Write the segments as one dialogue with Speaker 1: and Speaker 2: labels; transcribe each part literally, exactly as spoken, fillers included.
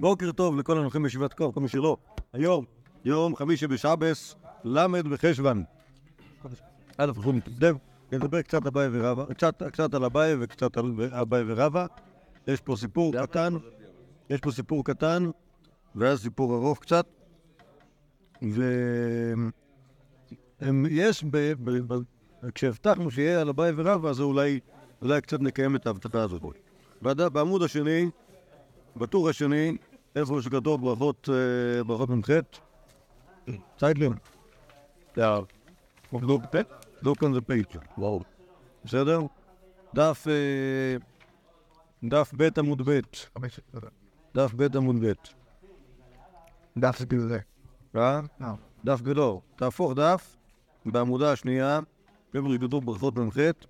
Speaker 1: בוקר טוב לכל הנוכחים בישיבת כוח, כל מי שלא. היום, יום חמישי בשבס, למד בחשוון. א', אנחנו נתקדם, נדבר קצת אביי ורבא, קצת, קצת על אביי וקצת על אביי ורבא. יש פה סיפור קטן, יש פה סיפור קטן, ואז סיפור ארוך קצת. ויש, כשהבטחנו שיהיה על אביי ורבא, אז אולי, אולי קצת נקיים את ההבטחה הזאת. בעמוד השני, בטור השני, איפה שכתוב ברכות, ברכות ממחת. צייטלין. יא. look on the page. וואו. בסדר? דף, דף ב' עמוד ב'. דף ב' עמוד ב'.
Speaker 2: דף זה כאילו זה.
Speaker 1: אה? דף גדול. תהפוך דף, בעמודה השנייה, איפה שכתוב ברכות ממחת.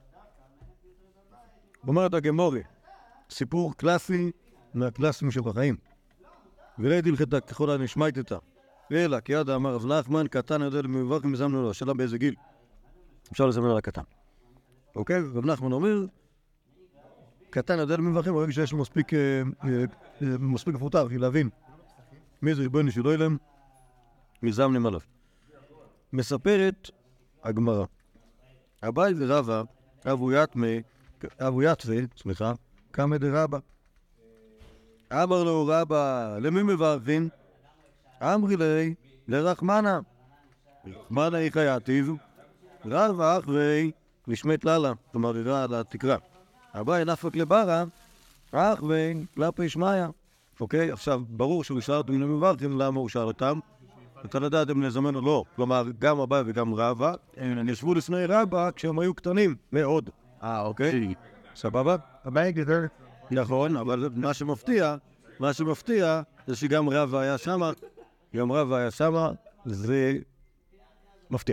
Speaker 1: אומרת הגמורי, סיפור קלאסי מהקלאסים של החיים. וראיתי לך את ככל הנשמעת איתה. ואלה, כי ידע אמר, רב נחמן, קטן יודע למברך מזמנו לו, השאלה באיזה גיל. אפשר לזמן על הקטן. אוקיי? רב נחמן אומר, קטן יודע למברכים, ברגע שיש לו מספיק, מספיק מפותח, להבין מי זה ריבונו של עולם, מזמנים עליו. מספרת הגמרא. אביי ורבא, אבו יתמה, אבו יתווה, סליחה, קמא דרבא. אמר לו רבא, למי מברכין? אמרי לי, לרחמנה. רחמנה היא חייתיו, רבא אחרי נשמת ללה, כלומר יראה על התקרה. אביי נפק לברה, אחרי כלפי שמיא. אוקיי? עכשיו, ברור שהוא שאל אותם למי מברכין, למה הוא שאל אותם? אתה לדעת אם לזמן או לא. כלומר, גם אביי וגם רבא, הם ישבו לפני רבא כשהם היו קטנים מאוד. אה, אוקיי? סבבה?
Speaker 2: אביי גדר.
Speaker 1: נכון, אבל מה שמפתיע, מה שמפתיע זה שגם רבא היה שמה, גם רבא היה שמה, זה מפתיע.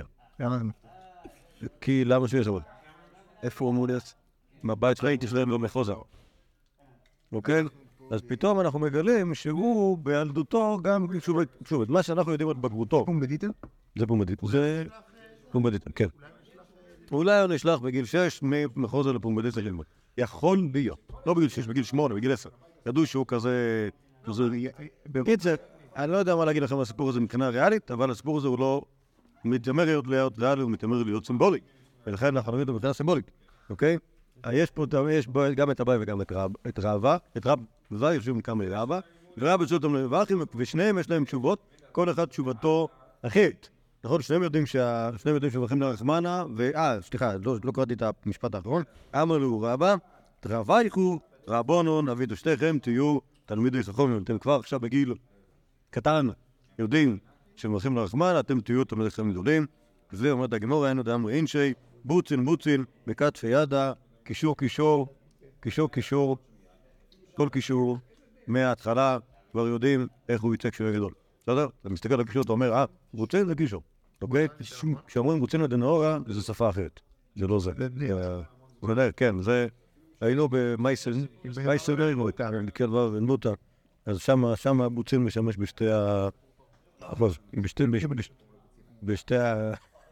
Speaker 1: כי למה שיש אבל? איפה הוא אמור להיות? מהבית ראיתי שלהם במחוזה. אוקיי? אז פתאום אנחנו מגלים שהוא בילדותו גם, שוב, שוב, את מה שאנחנו יודעים על בגרותו.
Speaker 2: פומבדיטה?
Speaker 1: זה פומבדיטה. זה פומבדיטה, כן. אולי הוא נשלח בגיל שש ממחוזה לפומבדיטה ללמוד. יכול להיות. לא בגיל שש, בגיל שמונה, בגיל עשר. ידעו שהוא כזה... בקיצר, אני לא יודע מה להגיד לכם על הסיפור הזה מבחינה ריאלית, אבל הסיפור הזה הוא לא מתיימר להיות ריאלי, הוא מתיימר להיות סימבולי. ולכן אנחנו נגיד אותו מבחינה סימבולית, אוקיי? יש פה גם את אביי וגם את רבא. את רבא יושבים כמה רבא, ורבא יושבים אותם למברכים, ושניהם יש להם תשובות, כל אחד תשובתו אחרת. נכון, שניהם יודעים שמברכים לרחמנה, ואה, סליחה, לא קראתי את המשפט האחרון. אמר לו רבא, תרוויחו רבונון, אבידו שתיכם, תהיו תלמידי חכמים. אתם כבר עכשיו בגיל קטן יודעים שמברכים לרחמנה, אתם תהיו תלמידי חכמים גדולים. וזה אומרת הגמרא, אין עוד אמרי אינשי, בוצין בוצין, בכתפי ידה, קישור קישור, קישור קישור, כל קישור, מההתחלה כבר יודעים איך הוא יצא כשהוא גדול. בסדר? אתה מסתכל על הקישור, אתה אומר, אה, בוצין זה קישור. אוקיי? כשאומרים בוצין לדנאורה, זה שפה אחרת. זה לא זה. כן, זה... היינו במייסר, מייסר גרימו, בקרבה ונבוטה. אז שמה בוצין משמש בשתי ה... בשתי... בשתי ה...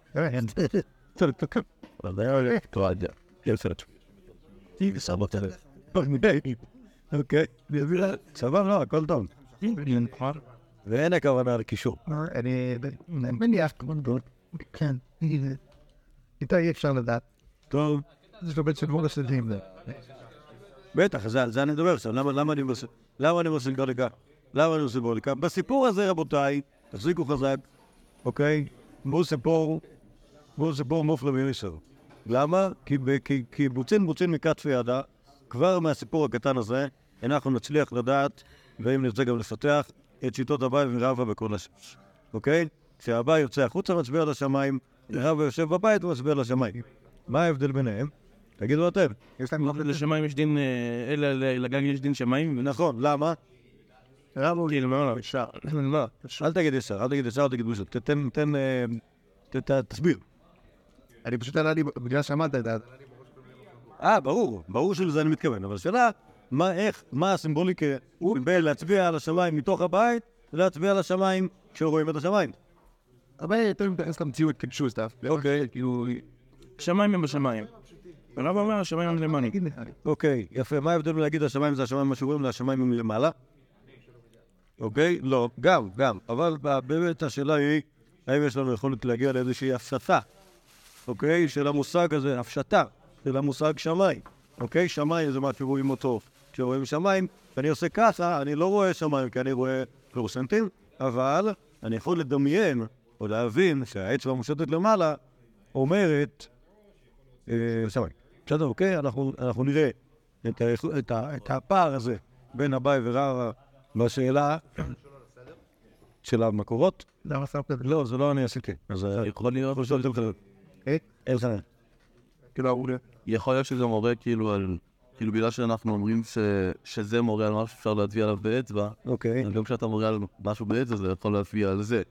Speaker 1: אוקיי, סבבה, לא, הכל טוב. ואין הכוונה לקישור.
Speaker 2: אני מניח, כן, איתה אי אפשר לדעת.
Speaker 1: טוב.
Speaker 2: זה שבית של מורה שדים זה.
Speaker 1: בטח, על זה אני מדבר עכשיו. למה אני עושה סימבוליקה? למה אני עושה סימבוליקה? בסיפור הזה, רבותיי, תחזיקו חזק, אוקיי? בואו סיפור, בואו סיפור מופלא בימיסר. למה? כי בוצין בוצין מכתפי ידה, כבר מהסיפור הקטן הזה, אנחנו נצליח לדעת, ואם נרצה גם לפתח, את שיטות אביי ורבא בכל השמש. אוקיי? כשאביי יוצא החוצה מצביע על השמיים, רבא יושב בבית ומצביע על השמיים. מה ההבדל ביניהם? תגידו אתם.
Speaker 3: לשמיים יש דין, אלא לגג יש דין שמיים?
Speaker 1: נכון, למה?
Speaker 3: רבא כאילו, מה לא?
Speaker 1: אפשר. אל תגיד ישר, אל תגיד ישר, אל תגיד בושות. תתן, תן, תסביר.
Speaker 2: אני פשוט עלה לי, בגלל שאמרת את זה.
Speaker 1: אה, ברור, ברור שלזה אני מתכוון, אבל השאלה, מה, איך, מה הסימבוליקה בין להצביע על השמיים מתוך הבית, ולהצביע על השמיים כשרואים את השמיים?
Speaker 2: אבל יותר מתייחס למציאות כפשוט, סתיו.
Speaker 1: אוקיי.
Speaker 2: כאילו...
Speaker 3: שמיים הם בשמיים. רבא אומר, השמיים הם למעלה.
Speaker 1: אוקיי, יפה. מה ההבדל להגיד השמיים זה השמיים מה שרואים, להשמיים הם למעלה? אוקיי? לא, גם, גם. אבל באמת השאלה היא, האם יש לנו יכולת להגיע לאיזושהי הפשטה, אוקיי? של המושג הזה, הפשטה, של המושג שמיים. אוקיי? שמיים זה מה שרואים אותו. כשרואים שמיים, ואני עושה ככה, אני לא רואה שמיים, כי אני רואה פלורסנטים, אבל אני יכול לדמיין, או להבין, שהאצבע המושטת למעלה, אומרת, אה, שמיים. בסדר, אוקיי? אנחנו, אנחנו נראה את, ה, את, ה, את הפער הזה בין אביי ורבא בשאלה של המקורות.
Speaker 2: למה שמת את זה?
Speaker 1: לא, זה לא אני עשיתי. אז
Speaker 3: יכול להיות,
Speaker 1: יכול להיות יותר
Speaker 2: אה?
Speaker 1: אלחנן.
Speaker 2: כאילו, אמרו לי,
Speaker 3: יכול להיות שזה מורה כאילו על... כאילו בגלל שאנחנו אומרים ש... שזה מורה על משהו שאפשר להצביע עליו באצבע,
Speaker 1: אוקיי.
Speaker 3: גם כשאתה מורה על משהו באצבע זה יכול להצביע על זה.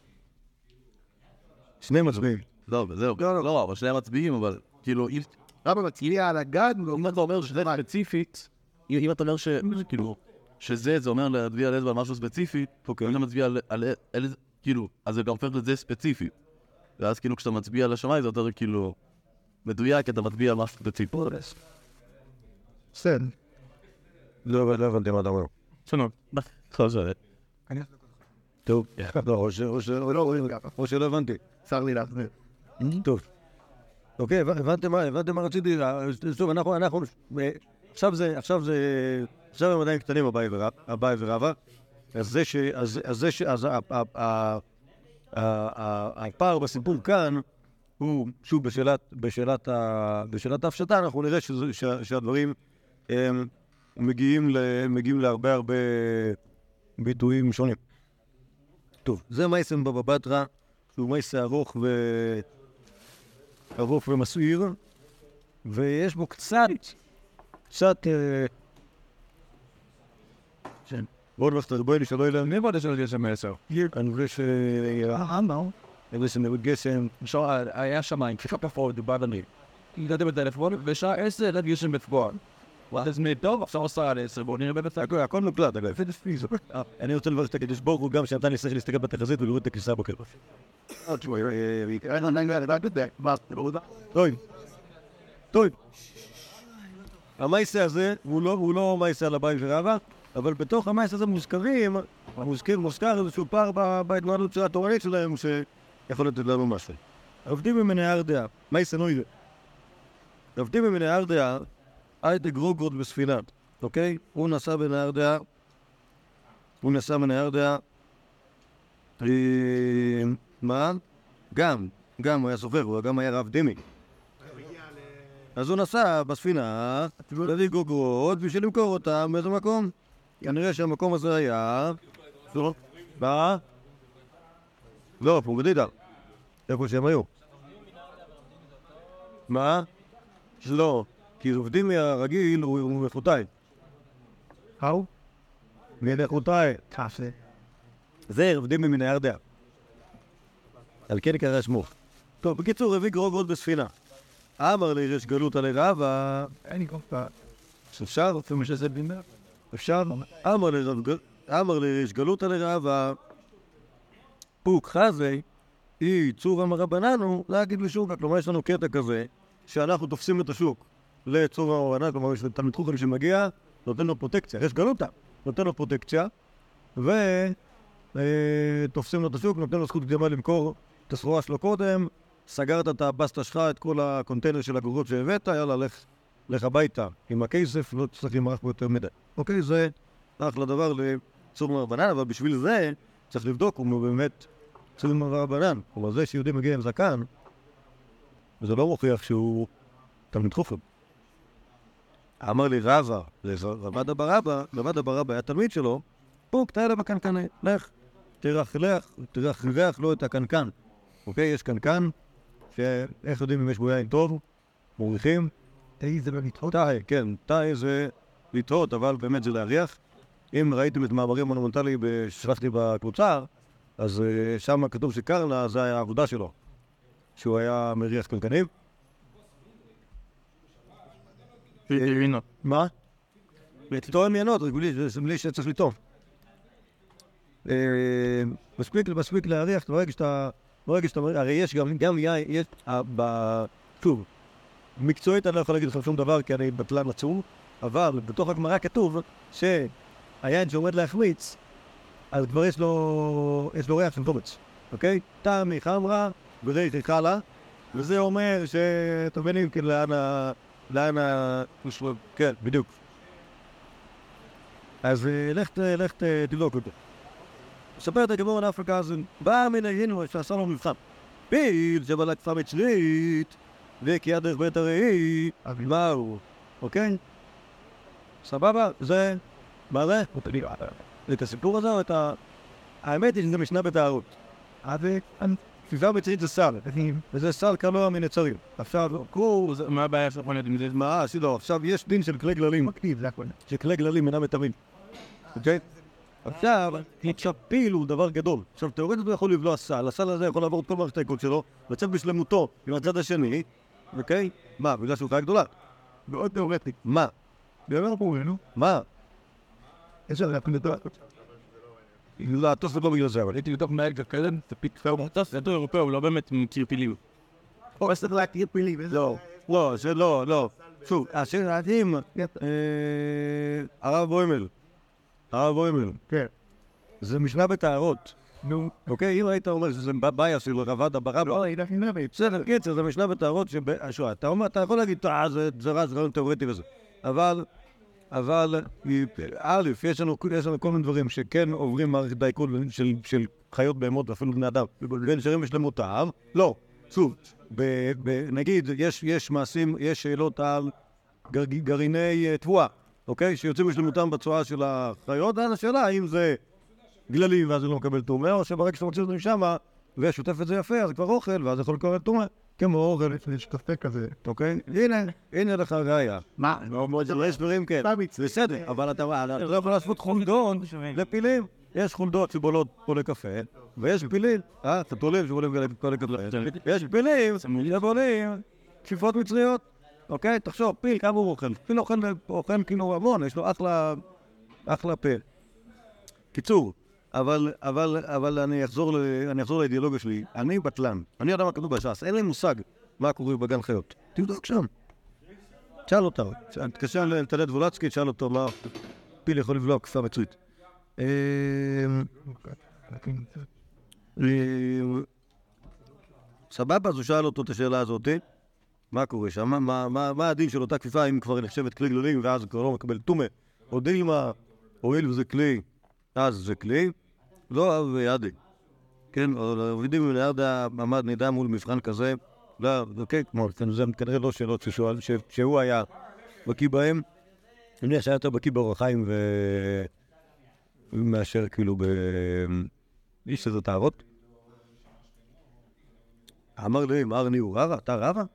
Speaker 1: שני מצביעים.
Speaker 3: לא, זהו.
Speaker 2: לא, לא.
Speaker 3: לא, אבל שניהם מצביעים, אבל כאילו, אם
Speaker 2: רבא מצביע על הגג,
Speaker 3: אם אתה אומר שזה ספציפית, אם אם אתה אומר ש... כאילו, שזה, זה אומר להצביע על אצבע על משהו ספציפי, אם אתה מצביע על... על איזה... כאילו, אז זה גם הופך לזה ספציפי. ואז כאילו כשאתה מצביע על השמיים זה יותר כאילו... מדויק, אתה מצביע על משהו ספציפי.
Speaker 2: בסדר.
Speaker 1: לא, לא הבנתי מה אתה אומר.
Speaker 3: שונות. לא שווה.
Speaker 1: טוב. לא, או ש- או ש- או לא, או שלא הבנתי.
Speaker 2: צר לי להחזיר.
Speaker 1: טוב. אוקיי, הבנ- הבנתם מה, הבנתם מה רציתי? אה, שוב, אנחנו, אנחנו, אה, עכשיו זה, עכשיו זה, עכשיו הם עדיין קטנים, אביי ורב- אביי ורבא. אז זה ש... אז אז זה ש... אז ה- ה- ה- ה- ה- הפער בסיפור כאן, הוא, שוב, בשאלת, בשאלת, ה- בשאלת ההפשטה, אנחנו נראה שזה- שה- שהדברים הם מגיעים ל- מגיעים להרבה הרבה ביטויים שונים. טוב, זה מייסם בבא בתרא, שהוא מייסה ארוך ו... ארוך ומסעיר, ויש בו קצת, קצת... אה, כן. בואו נלך תרבויני שלא יהיה להם...
Speaker 2: מי בוא נשאל את זה מעשר?
Speaker 1: אני חושב ש...
Speaker 2: אה, מה?
Speaker 1: אני חושב שנגשם...
Speaker 2: היה שמיים, ככה פה דובר לנו. הגעתי בטלפון, בשעה עשר ידעת גשם בפועל. אז מי טוב, עכשיו עושה על עשר, בואו נראה באמת
Speaker 1: הכל, הכל מוקלט, אגב. אני רוצה לברך את הקדוש ברוך הוא גם שנתן לי שכל להסתכל בתחזית ולראות את הכניסה הבוקר. טוב, טוב. המייסה הזה הוא לא, הוא לא מייסה על אביי ורבא, אבל בתוך המייסה הזה מוזכרים, מוזכר, מוזכר איזשהו פער ב- בהתנהלות של התורנית שלהם שיכול לתת לנו משהו. עובדים ממני ארדיה, מייסה נוידה. עובדים ממני ארדיה, הייתה גרוגרות בספינה, אוקיי? הוא נסע בנהר דעה, הוא נסע בנהר דעה, אה, מה? גם, גם הוא היה סופר, הוא גם היה רב דמי. אז הוא נסע בספינה, להביא גרוגרות בשביל למכור אותם באיזה מקום. כנראה שהמקום הזה היה... מה? לא, פונגדידה. איפה שהם היו. מה? לא. כי עובדים מהרגיל הוא מפותאי.
Speaker 2: האו?
Speaker 1: מלאכותאי.
Speaker 2: ככה.
Speaker 1: זה עובדים ממנהר דעה. על כן קרא שמו. טוב, בקיצור, הביא גרוגרות בספינה. אמר לי יש גלות עלי רבא.
Speaker 2: אין לי כל
Speaker 1: אפשר?
Speaker 2: אפילו שזה בימר.
Speaker 1: אפשר? אמר לי אמר לי יש גלות עלי רבא. פוק חזי, אי צורא מרבננו, להגיד בשוק. כלומר, יש לנו קטע כזה, שאנחנו תופסים את השוק לצורא מרבננו, כלומר, יש תלמיד חוכם שמגיע, נותן לו פרוטקציה, יש גלותה, נותן לו פרוטקציה, ותופסים לו את השוק, נותן לו זכות קדימה למכור את הסחורה שלו קודם, סגרת את הבסטה שלך, את כל הקונטיינר של הגרורות שהבאת, יאללה, לך, לך הביתה עם הכסף, לא צריך למרח בו יותר מדי. אוקיי, זה אחלה דבר לצורא מרבנן, אבל בשביל זה צריך לבדוק אם הוא באמת צורא מרבנן. כלומר, זה שיהודי מגיע עם זקן, וזה לא מוכיח שהוא תלמיד חוכם. אמר לי רבא, רבא ברבא, רבא ברבא היה תלמיד שלו, פוק, תהיה בקנקנה, לך, תרחלח, תרחלח לו את הקנקן. אוקיי, יש קנקן, שאיך יודעים אם יש בו יין טוב, מוריחים.
Speaker 2: תהי זה במתחות?
Speaker 1: תאי, כן, תאי זה לטעות, אבל באמת זה להריח. אם ראיתם את מאמרים מונומנטליים ששלחתי בקבוצה, אז שם כתוב שקרנה, זה היה העבודה שלו, שהוא היה מריח קנקנים. מה? לטעום ינות, רגולי, זה סמלי שצריך לטעום. מספיק, מספיק להריח, ברגע שאתה, ברגע שאתה מריח, הרי יש גם, גם יין, יש, שוב, מקצועית אני לא יכול להגיד לך שום דבר, כי אני בטלן עצום, אבל בתוך הגמרא כתוב שהיין שעומד להחמיץ, אז כבר יש לו, יש לו ריח של קומץ, אוקיי? טעמי חמרה וריחי חלה, וזה אומר שאתם מבינים כאילו לאן ה... לאן ה... כן, בדיוק. אז לך, לך תבדוק אותו. מספרת הגמור על אפריקה הזו, בא מן היינו שעשה לו מבחן. פיל שבא לקפה מצרית, וכי הדרך בית הראי, מה הוא? אוקיי? סבבה? זה... מה זה? את הסיפור הזה או את ה... האמת היא שזה משנה בטהרות. כפיפה מצרית זה סל, וזה סל קנוע מנצרים. עכשיו, קורס...
Speaker 2: מה הבעיה שלך עם זה?
Speaker 1: מה? לא, עכשיו יש דין של כלי גללים. שכלי גללים אינם מטמאים. אוקיי? עכשיו, עכשיו פיל הוא דבר גדול. עכשיו, תיאורטית הוא יכול לבלוע סל, הסל הזה יכול לעבור את כל מערכת העיכול שלו, לצאת בשלמותו עם הצד השני, אוקיי? מה? בגלל שהוא חיה גדולה.
Speaker 4: מאוד תיאורטי.
Speaker 1: מה?
Speaker 4: ביומר פורינו.
Speaker 1: מה?
Speaker 4: איזה רק נדע.
Speaker 1: לעטוף ולא בגלל זה, אבל...
Speaker 2: הייתי בתוך מהג וכאלה, זה פתאום. זה אותו אירופאי, הוא לא באמת מכיר פילים.
Speaker 4: או, אז צריך להכיר פילים.
Speaker 1: לא, לא, זה לא, לא. שוב, השאלתים... הרב בוימל. הרב בוימל.
Speaker 4: כן.
Speaker 1: זה משנה בטהרות.
Speaker 4: נו.
Speaker 1: אוקיי, אם היית אומר שזה בעיה של רבד ברבא.
Speaker 4: לא, היית חינמית.
Speaker 1: בסדר, קיצר, זה משנה בטהרות שבשואה. אתה אומר, אתה יכול להגיד, אה, זה רע, זה רעיון תיאורטי וזה. אבל, אבל, א', יש לנו כל מיני דברים שכן עוברים מערכת העיכול של חיות בהמות ואפילו בני אדם. ונשארים בשלמותם. לא, שוב, נגיד, יש מעשים, יש שאלות על גרעיני תבואה, אוקיי? שיוצאים בשלמותם בצורה של החיות, אז השאלה האם זה גללים ואז זה לא מקבל תומה, או שברגע שאתה מוציא אותם שמה ושוטף את זה יפה, אז זה כבר אוכל, ואז זה יכול לקבל תומה. כמו אוכל,
Speaker 4: יש קפה כזה.
Speaker 1: אוקיי? הנה, הנה לך ראיה.
Speaker 4: מה?
Speaker 1: יש דברים כן. בסדר, אבל אתה לא יכול לעשות חולדות לפילים. יש חולדות שבולות פה לקפה, ויש פילים, אה, אתה תולים שבולים פה לקפה. יש פילים שבולים כפיפות מצריות. אוקיי? תחשוב, פיל, כמה הוא אוכל? פיל אוכל כאילו המון, יש לו אחלה, אחלה פיל. קיצור, אבל, אבל, אבל אני אחזור, אני אחזור לאידיאולוגיה שלי. אני בטלן. אני יודע מה כתוב בש"ס. אין לי מושג מה קורה בגן חיות. תבדוק שם. תשאל אותה. תתקשר לנטלט וולצקי, תשאל אותו מה פיל יכול לבלוע כפיפה מצרית. סבבה, אז הוא שאל אותו את השאלה הזאת. מה קורה שם? מה, מה, מה הדין של אותה כפיפה אם כבר נחשבת כלי גללים ואז הוא כבר לא מקבל תומה? או דילמה, הואיל וזה כלי, אז זה כלי, לא אב וידי. כן, או יודעים אם ליד המעמד נדע מול מבחן כזה, לא, אוקיי, כמו, זה כנראה לא שאלות ששואל, ש, שהוא היה בקיא בהם. אני שהיה יותר בקיא באורח חיים ו... מאשר כאילו ב... איש שזה טהרות. אמר לי, אמר לי, הוא רבא? אתה רבא?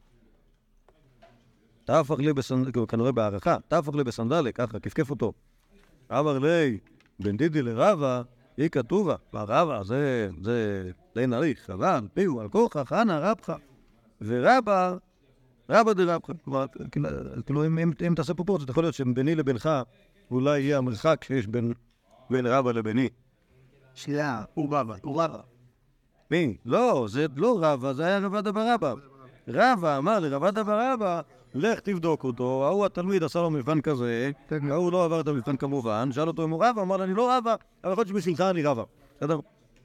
Speaker 1: אתה הפך לי בסנדלק, כנראה בהערכה, אתה הפך לי בסנדלק, ככה, כפכף אותו. אמר לי, בן דידי לרבא, היא כתובה, והרבא זה, זה, די נריך, אבל פיהו על כוחה, חנה רבך, ורבא, רבא דרבך. כלומר, כאילו, אם, אם תעשה פרופורציות, יכול להיות שביני לבינך, אולי יהיה המרחק שיש בין, בין רבא לביני.
Speaker 4: שלה, הוא רבא, הוא רבא.
Speaker 1: מי? לא, זה לא רבא, זה היה רבא דבר רבא. רבא אמר לרבא דבר רבא, לך תבדוק אותו, ההוא התלמיד עשה לו מבחן כזה, ההוא לא עבר את המבחן כמובן, שאל אותו אם הוא רבא, אמר לו אני לא רבא, אבל יכול להיות שבשבילך אני רבא. בסדר?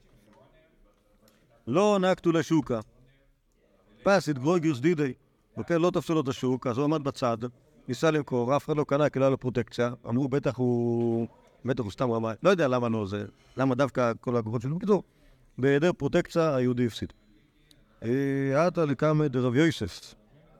Speaker 1: לא נקטו לשוקה. פסית גרויגיוס דידי. אוקיי, לא תפסו לו את השוק, אז הוא עמד בצד, ניסה למכור, אף אחד לא קנה, קנה לו פרוטקציה, אמרו בטח הוא... בטח הוא סתם רמאי. לא יודע למה לא זה, למה דווקא כל הכוחות שלו. בקיצור, בהיעדר פרוטקציה היהודי הפסיד. עתה לקמא דרב יוסף.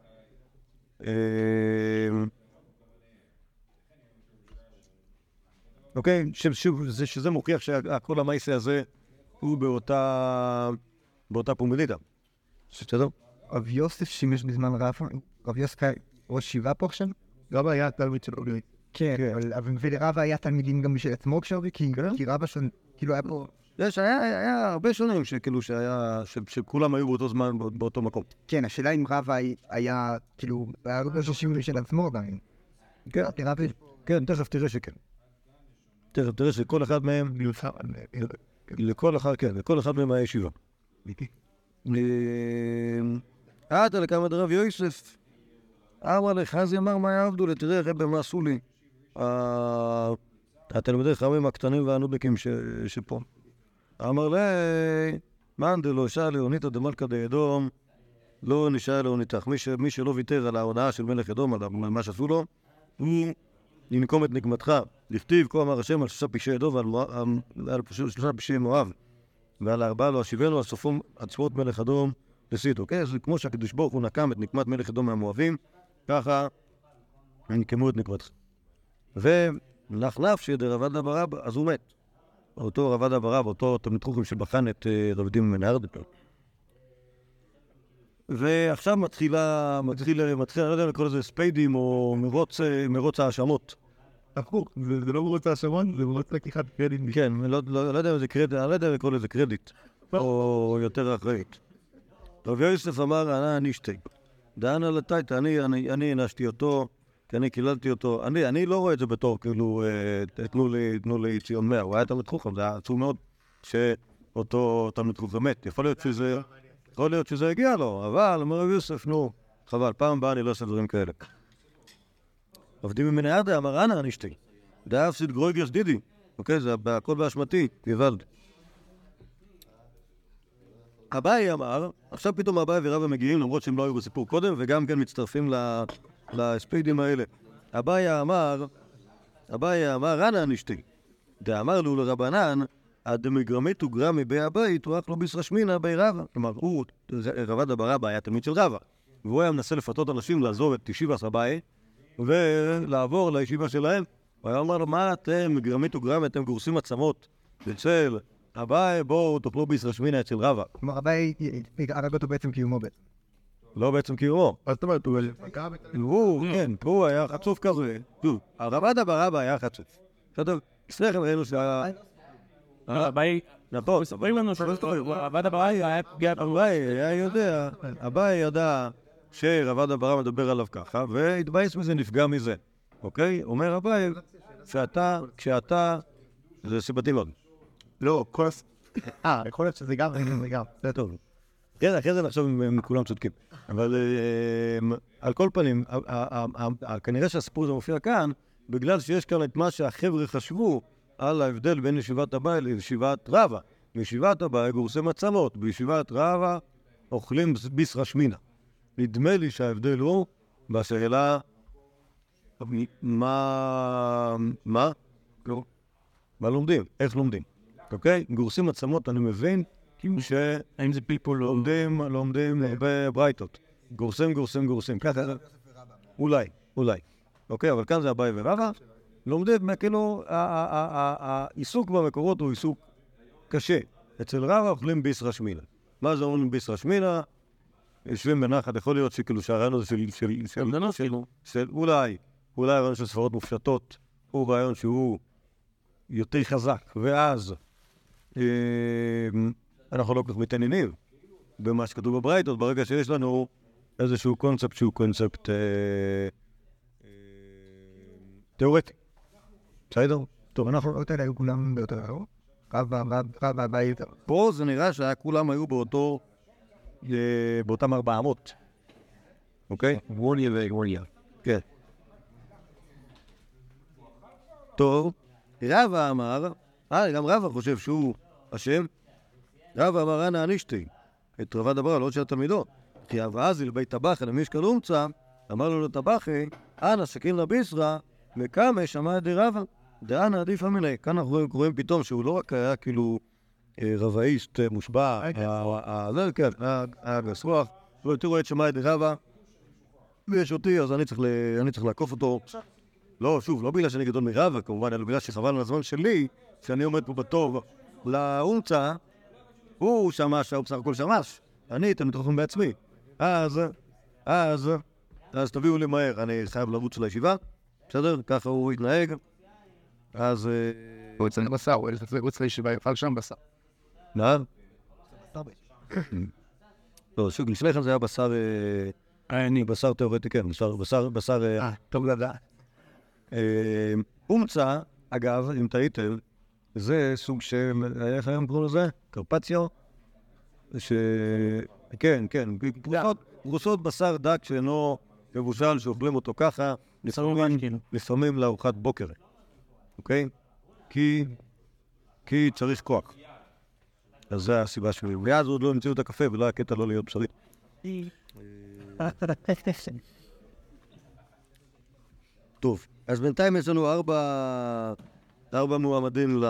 Speaker 1: אוקיי, שזה מוכיח שכל המעשה הזה הוא באותה פומליטה. בסדר?
Speaker 4: רב יוסף שימש בזמן רב, רב יוסף היה ראש שבעה פה עכשיו? רבא היה תלמיד של אורי. כן, אבל רבא היה תלמידים גם בשביל עצמו כשאורי, כי רבא שם, כאילו היה פה...
Speaker 1: יש, היה הרבה שונים שכאילו שהיה, שכולם היו באותו זמן, באותו מקום.
Speaker 4: כן, השאלה אם רבא היה, כאילו, היה ראש השיעור של עצמו גם.
Speaker 1: כן, תכף תראה שכן. תכף תראה שכל אחד מהם, לכל אחד, כן, לכל אחד מהם היה ישיבה. עתה לקמא דרב יוסף, אמר לחזי אמר מה יעבדו, תראה רבי מה עשו לי התלמידי חכמים הקטנים והנודניקים ש- שפה. אמר לי, מאן דלא שעה לאוניתא דמלכא דאדום, לא נשאר לאוניתך. מי, ש- מי שלא ויתר על ההונאה של מלך אדום, על מה שעשו לו, הוא ינקום את נקמתך. לכתיב כה אמר השם על שלושה פשעי אדום ועל מואב- על- על שלושה פשעי מואב. ועל הארבעה לא אשיבנו, על סופם עצמות מלך אדום לסית. אוקיי? אז כמו שהקדוש ברוך הוא נקם את נקמת מלך אדום מהמואבים, ככה ינקמו את נקמתך. ונחלף שדרבד ברב, אז הוא מת. אותו רבד ברב, אותו תלמיד חכם שבחן את אה, רבי דימה בן ארדפל. ועכשיו מתחילה, מתחיל, מתחיל, אני לא יודע אם לקרוא לזה ספיידים או מרוץ, אה, מרוץ האשמות.
Speaker 4: הפוך, זה לא מרוץ האשמון, זה מרוץ לקיחת קרדיט.
Speaker 1: כן, לא, לא, לא יודע אם זה קרדיט, אני לא יודע אם לקרוא לזה קרדיט, או יותר אחראית. רבי יוסף אמר, אני אנשתי. דען על הטייטה, אני, אני, אני הנשתי אותו, כי אני קיללתי אותו. אני, אני לא רואה את זה בתור, כאילו, אה, תנו לי, תנו לי ציון מאה. הוא היה תלמיד חכם, זה היה עצוב מאוד שאותו תלמיד חכם מת. יכול להיות שזה, יכול להיות שזה הגיע לו, אבל, אומר רבי יוסף, נו, חבל, פעם הבאה אני לא אעשה דברים כאלה. עבדים ממני עדה, אמר, אנא אנשתי. דאף סיד גרויגרס דידי. אוקיי, זה הכל באשמתי, גוואלד. אביי אמר, עכשיו פתאום אביי ורבא מגיעים, למרות שהם לא היו בסיפור קודם, וגם כן מצטרפים ל- לספיידים האלה. אביי אמר, אביי אמר, אנא אנשתי. דאמר לו לרבנן, הדמגרמית וגרמי בי הבית, הוא אך לא בישרא שמינא בי רבא. כלומר, הוא, רבד ברבא היה תלמיד של רבא, והוא היה מנסה לפתות אנשים לעזוב את ישיבת אביי, ולעבור לישיבה שלהם. הוא היה אומר, מה אתם, גרמית וגרמי, אתם גורסים עצמות אצל אביי, בואו תאכלו בישרא שמינא אצל רבא.
Speaker 4: כלומר, אביי הרג אותו בעצם קיומו בעצם.
Speaker 1: לא בעצם קיומו.
Speaker 4: אז זאת אומרת, הוא...
Speaker 1: הוא, כן, הוא היה חצוף כזה. הרבד ברבא היה חצוף. בסדר? לפני כן ראינו שהיה...
Speaker 2: אביי,
Speaker 1: נכון,
Speaker 2: ספרים לנו שעבד אביי היה פגיע
Speaker 1: אביי היה יודע, אביי ידע שרבד ברבא מדבר עליו ככה, והתבאס מזה, נפגע מזה. אוקיי? אומר אביי, שאתה, כשאתה... זה סיבתי מאוד.
Speaker 4: לא, כל... אה, יכול להיות שזה גם, זה גם.
Speaker 1: זה טוב. כן, אחרי זה נחשוב אם הם כולם צודקים. אבל אה, על כל פנים, ה- ה- ה- ה- כנראה שהסיפור הזה מופיע כאן, בגלל שיש כאן את מה שהחבר'ה חשבו על ההבדל בין ישיבת אביי לישיבת רבא. בישיבת אביי גורסים עצמות, בישיבת רבא אוכלים בישרא שמינא. נדמה לי שההבדל הוא בשאלה מה... מה? לא. מה לומדים? איך לומדים? אוקיי? גורסים עצמות, אני מבין ש...
Speaker 2: האם זה פיפול לא...
Speaker 1: לומדים, לומדים בברייתות. גורסים, גורסים, גורסים. ככה, אולי, אולי. אוקיי, אבל כאן זה אביי ורבא. לומדים, כאילו, ה- ה- ה- ה- העיסוק במקורות הוא עיסוק קשה. אצל רבא אוכלים בישרא שמינא. מה זה אומרים בישרא שמינא? יושבים בנחת, יכול להיות שכאילו שהרעיון הזה של... של- של- של- של- אולי, אולי הרעיון של ספרות מופשטות הוא רעיון שהוא יותר חזק, ואז אה, אנחנו לא כל כך מתעניינים במה שכתוב בברייתות, ברגע שיש לנו איזשהו קונספט שהוא קונספט אה, אה, תיאורטי. בסדר? טוב, אנחנו...
Speaker 4: החברות האלה היו כולם באותו דבר. רבא, רבא, רבא, אביי יותר.
Speaker 1: פה זה נראה שכולם היו באותו, אה, באותם ארבע אמות. אוקיי?
Speaker 2: וורניה ווורניה.
Speaker 1: כן. טוב, רבא אמר, אה, גם רבא חושב שהוא אשם. רבא אמר, אנא אנשתי, את רבד ברבא, לא של התלמידות. כי אבעזי לבית טבחי למישקל אומצה, אמר לו לטבחי, אנא סכין לבישרא, וקמא שמע את דרבא, דאנא עדיף אמיניה. כאן אנחנו רואים פתאום שהוא לא רק היה כאילו אה, רבאיסט אה, מושבע, זה כן, היה גס רוח, הוא יותר רואה את שמע את דרבא, ויש אותי, אז אני צריך ל- אני צריך לעקוף אותו. לא, שוב, לא בגלל שאני גדול מרבא, כמובן, אלא בגלל שחבל על הזמן שלי, שאני עומד פה בתור לאומצה, הוא שמש, הוא בסך הכל שמש. אני אתן מתוכם בעצמי. אז, אז, אז תביאו לי מהר, אני חייב לרוץ לישיבה, בסדר? ככה הוא יתנהג. אז...
Speaker 5: הוא אצלנו בשר, הוא ירוץ לישיבה, יאכל שם בשר.
Speaker 1: נער? לא, שוב, לפני כן זה היה בשר... אני, בשר תיאורטי, כן, בשר, בשר, בשר...
Speaker 4: אה, טוב לדעת.
Speaker 1: אה, אומצה, אגב, אם טעיתם, זה סוג של, איך היום קוראים לזה? קרפציו? ש... כן, כן, פרוסות, פרוסות בשר דק שאינו מבושל, שאוכלים אותו ככה, לפעמים, לפעמים לארוחת בוקר, אוקיי? כי, כי צריך כוח. אז זו הסיבה שלי. ואז עוד לא המציאו את הקפה ולא היה קטע לא להיות בשרי. טוב, אז בינתיים יש לנו ארבע, ארבע מועמדים ל...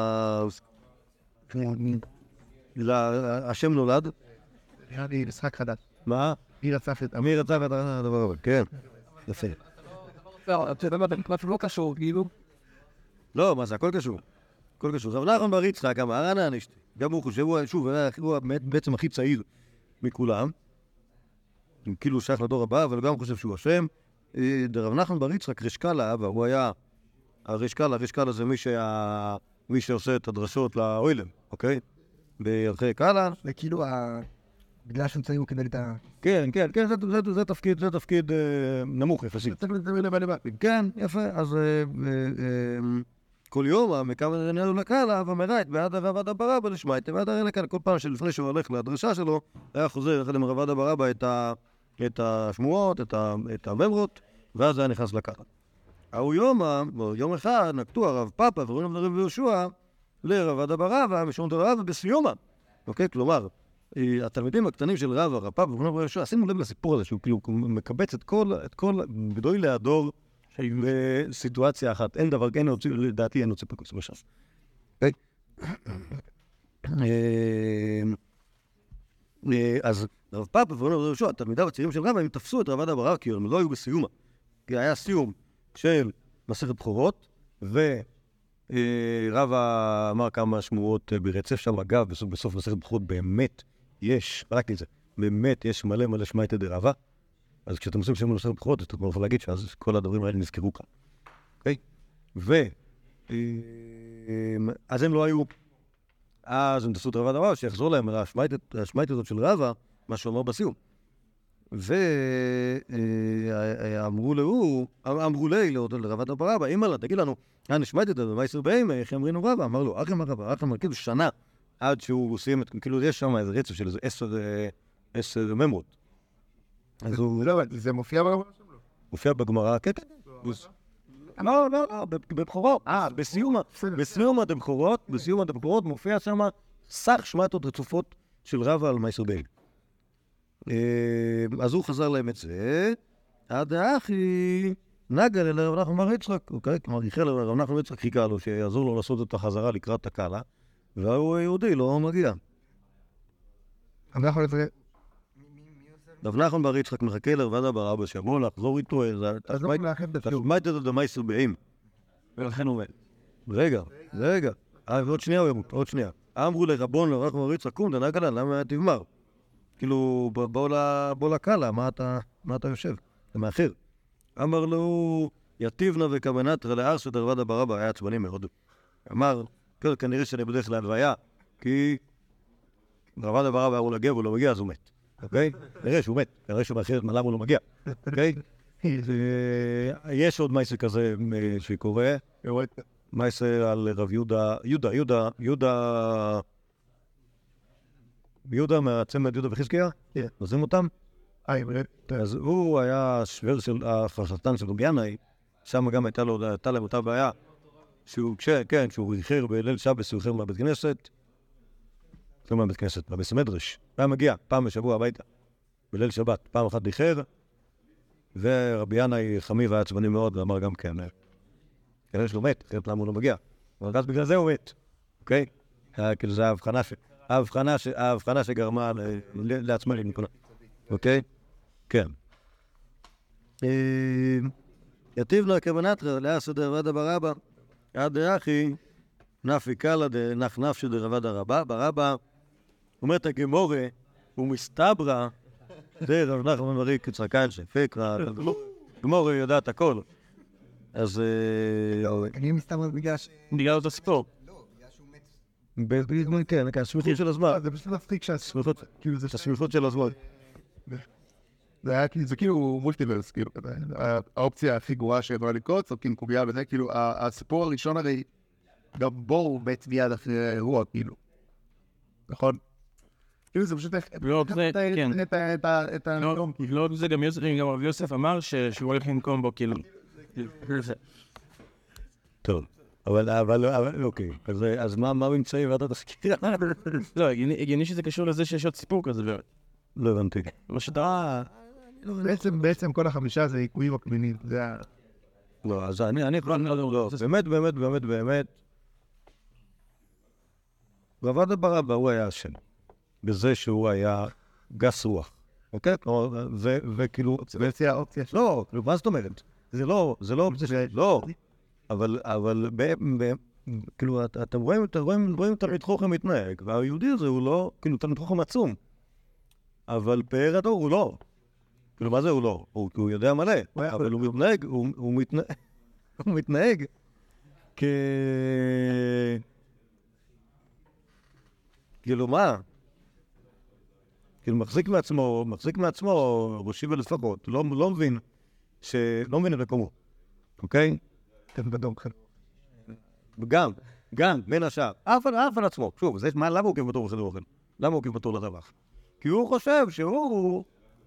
Speaker 1: ל... השם נולד.
Speaker 4: נראה לי משחק חדש.
Speaker 1: מה?
Speaker 4: מי רצף את...
Speaker 1: מי רצה את הדבר הזה? כן. יפה.
Speaker 2: אתה יודע מה, משהו לא קשור, כאילו.
Speaker 1: לא, מה זה, הכל קשור. הכל קשור. רב נחמן בר יצחק, המהר"ן האנישטי, גם הוא חושב, הוא, שוב, הוא בעצם הכי צעיר מכולם. כאילו שייך לדור הבא, אבל גם חושב שהוא השם. רב נחמן בר יצחק, רשקלה, והוא היה... הרשקלה, הרשקלה זה מי שה... מי שעושה את הדרשות לאוילם, אוקיי? בערכי קהלה.
Speaker 4: זה כאילו ה... בגלל שהם צעירים הוא קיבל את ה...
Speaker 1: כן, כן, כן, זה, זה, זה תפקיד, זה תפקיד אה, נמוך יחסית. כן, יפה, אז אה, אה, אה, כל יום המקם נהלו לקהלה ומראה את בעד הרבד הברבא לשמייטה, ועד הרי לקהלה, כל פעם שלפני שהוא הולך להדרשה שלו, היה חוזר יחד עם הרבד הברבא את, ה, את השמועות, את, ה, את הממרות, ואז היה נכנס לקהלה. ההוא יום, יום אחד נקטו הרב פאפה ורואים לרב יהושע לרבד הברבא, משום דרבא בסיומה. אוקיי, כלומר, התלמידים הקטנים של רב הרב פאפה ורואים לרב יהושע, שימו לב לסיפור הזה, שהוא כאילו מקבץ את כל, את כל, גדוי להדור בסיטואציה אחת. אין דבר, אין הוציא, לדעתי אין הוציא פקוס בש"ס. אוקיי? אז רב פאפה ורואים לרב יהושע, התלמידיו הצעירים של רב, הם תפסו את רבד הברבא, כי הם לא היו בסיומה. כי היה סיום של מסכת בכורות, ורב אמר כמה שמועות ברצף שם. אגב, בסוף מסכת בכורות באמת יש, רק לזה, באמת יש מלא מלא שמייתא דרבא. אז כשאתם עושים שם מסכת בכורות, אתם יכולים להגיד שאז כל הדברים האלה נזכרו כאן. אוקיי? ו... אז הם לא היו... אז הם תעשו את רבד הברבא, שיחזור להם על השמייתא הזאת של רבא, מה שהוא אמר בסיום. ואמרו לו, אמרו לי, לרבד הברבא, אמא לה, תגיד לנו, אני שמעתי את זה, ומה יסר בהמה, איך אמרינו רבא? אמר לו, אחי אמר רבא, אחי אמר, כאילו שנה, עד שהוא סיים את, כאילו יש שם איזה רצף של איזה עשר, עשר ממרות. אז הוא...
Speaker 4: לא, זה מופיע בגמרא?
Speaker 1: מופיע בגמרא, כן, כן. לא, לא, לא, בבכורות, אה, בסיום, בסיום הדבכורות, בסיום הדבכורות מופיע שם סך שמעתות רצופות של רבא על מה יסר בהמה. אז הוא חזר להם את זה, עד האחי נגע לרב נחמן בר יצחק, אוקיי? כלומר, ייחל לרב נחמן בר יצחק, חיכה לו שיעזור לו לעשות את החזרה לקראת הקהלה, והוא יהודי, לא מגיע.
Speaker 4: רב נחמן בר יצחק...
Speaker 1: רב נחמן בר יצחק מחכה לרבד הברבא שיבוא לחזור איתו,
Speaker 4: אז לא מלאכם דפשו.
Speaker 1: מה הייתה דמי סבעים? ולכן הוא מת. רגע, רגע, עוד שנייה הוא ימות, עוד שנייה. אמרו לרבון לרב נחמן בר יצחק, קום דנגע לה, למה תגמר? כאילו, בוא לקהלה, מה אתה, מה אתה יושב? זה מאחר. אמר לו, יתיבנה וקבנטרא לארסא דרבד הברבא, היה עצבני מאוד. אמר, כנראה שאני בדרך להלוויה, כי רבד הברבא אמרו לגב, הוא לא מגיע, אז הוא מת. אוקיי? נראה שהוא מת, נראה שהוא מאחרת, מה למה הוא לא מגיע. אוקיי? יש עוד מייסה כזה שקורה, מייסה על רב יהודה, יהודה, יהודה, יהודה, יהודה מהצמד יהודה וחזקיה, נוזים אותם. אז הוא היה שוור של החשטן של רבי ינאי, שם גם הייתה לו, הייתה להם אותה בעיה, שהוא, כן, שהוא איחר בליל שבת, הוא איחר מהבית כנסת, לא מהבית כנסת, מהבית המדרש, היה מגיע פעם בשבוע הביתה, בליל שבת, פעם אחת איחר, ורבי ינאי חמיב היה עצבני מאוד, ואמר גם כן, כנראה שלא מת, אחרת למה הוא לא מגיע, אבל אז בגלל זה הוא מת, אוקיי? כאילו זה ההבחנה ש... ההבחנה, ש... ההבחנה שגרמה לעצמה לנקונה. אוקיי? כן. יתיבנה כבנטרא לארסא דרבד הברבא, עד דאחי נפי קלא דנח נפשי דרבד הברבא, אומרת הגמורה, ומסתברא דרב נחמן בר יצחק שפקרא, גמורה יודעת הכל. אז...
Speaker 4: אני מסתברא בגלל ש...
Speaker 2: בגלל אותו סיפור.
Speaker 1: כן, הסמיכות של הזמן.
Speaker 4: זה פשוט מצחיק
Speaker 1: שהסמיכות, כאילו זה הסמיכות של הזמן.
Speaker 5: זה כאילו מולטיברס, כאילו, האופציה הכי גרועה שיכולה לקרות, צודקים קובייה וזה, כאילו, הסיפור הראשון הרי, גם בו הוא מת מיד אחרי האירוע, כאילו. נכון? כאילו זה פשוט...
Speaker 2: לא, כן.
Speaker 5: את הנום.
Speaker 2: לא, זה גם יוסף אמר שהוא הולך לנקום בו, כאילו.
Speaker 1: טוב. אבל, אבל, אבל, אוקיי. אז, אז מה, מה ממצאים ועדת הסקירה?
Speaker 3: לא, הגיוני הגיוני שזה קשור לזה שיש עוד סיפור כזה, באמת.
Speaker 1: לא הבנתי.
Speaker 3: מה שאתה...
Speaker 5: בעצם, בעצם כל החמישה זה עיקויים מקבילים, זה ה...
Speaker 1: לא, אז אני, אני יכול לומר, לא, באמת, באמת, באמת, באמת. ועבד ברבא הוא היה אשם. בזה שהוא היה גס רוח. אוקיי? כלומר, ו- וכאילו...
Speaker 5: זה האופציה שלו.
Speaker 1: לא, כאילו, מה זאת אומרת? זה לא, זה לא אופציה של... לא. אבל, אבל, ב- ב- כאילו, את- אתם רואים, אתם רואים, רואים את תלמיד חוכם מתנהג, והיהודי הזה הוא לא, כאילו, תלמיד חוכם עצום. אבל פאר הדור הוא לא. כאילו, מה זה הוא לא? הוא, הוא יודע מלא, אבל הוא מתנהג, הוא, הוא מתנהג, הוא מתנהג כ... כאילו, מה? כאילו, מחזיק מעצמו, מחזיק מעצמו, ראשי ולפחות, לא, לא מבין, שלא מבין את מקומו, אוקיי?
Speaker 5: אתם בדום כאן.
Speaker 1: וגם, גם, בין השאר, אף על, אף על עצמו. שוב, זה, מה, למה הוא עוקב בתור בחדר אוכל? למה הוא עוקב בתור לטבח? כי הוא חושב שהוא...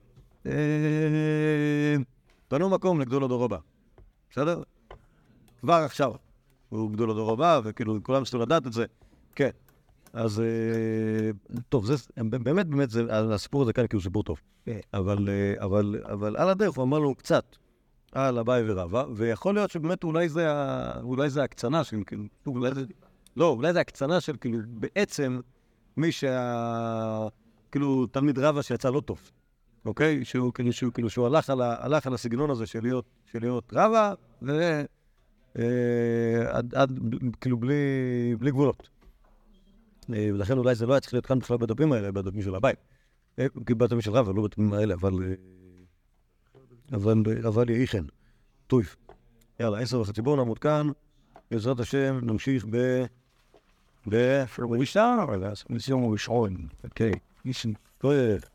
Speaker 1: אה... בנו מקום לגדול הדור הבא. בסדר? כבר עכשיו. הוא גדול הדור הבא, וכאילו, כולם צריכים לדעת את זה. כן. אז... אה... טוב, זה... באמת, באמת, זה... הסיפור הזה כאן כאילו סיפור טוב. אבל, אה... אבל, אבל על הדרך הוא אמר לנו קצת על אביי ורבא, ויכול להיות שבאמת אולי זה, ה... אולי זה הקצנה של כאילו... אולי זה... לא, אולי זה הקצנה של כאילו בעצם מי שה... כאילו תלמיד רבא שיצא לא טוב. אוקיי? שהוא כאילו, שהוא, כאילו, שהוא הלך על, ה, הלך על הסגנון הזה של להיות, של להיות רבא, ו... אה, עד, עד, כאילו, בלי, בלי גבולות. אה, ולכן אולי זה לא היה צריך להיות כאן בכלל בדפים האלה, בדפים של הבית. אה, כאילו, בדפים של רבא, לא בדפים האלה, אבל... אה, אבל, אבל יהי כן. טוב. יאללה, עשר וחצי בואו נעמוד כאן. בעזרת השם, נמשיך ב... ב...
Speaker 2: For we start, or that's, we still want to be showing. Okay. You should
Speaker 1: טוב.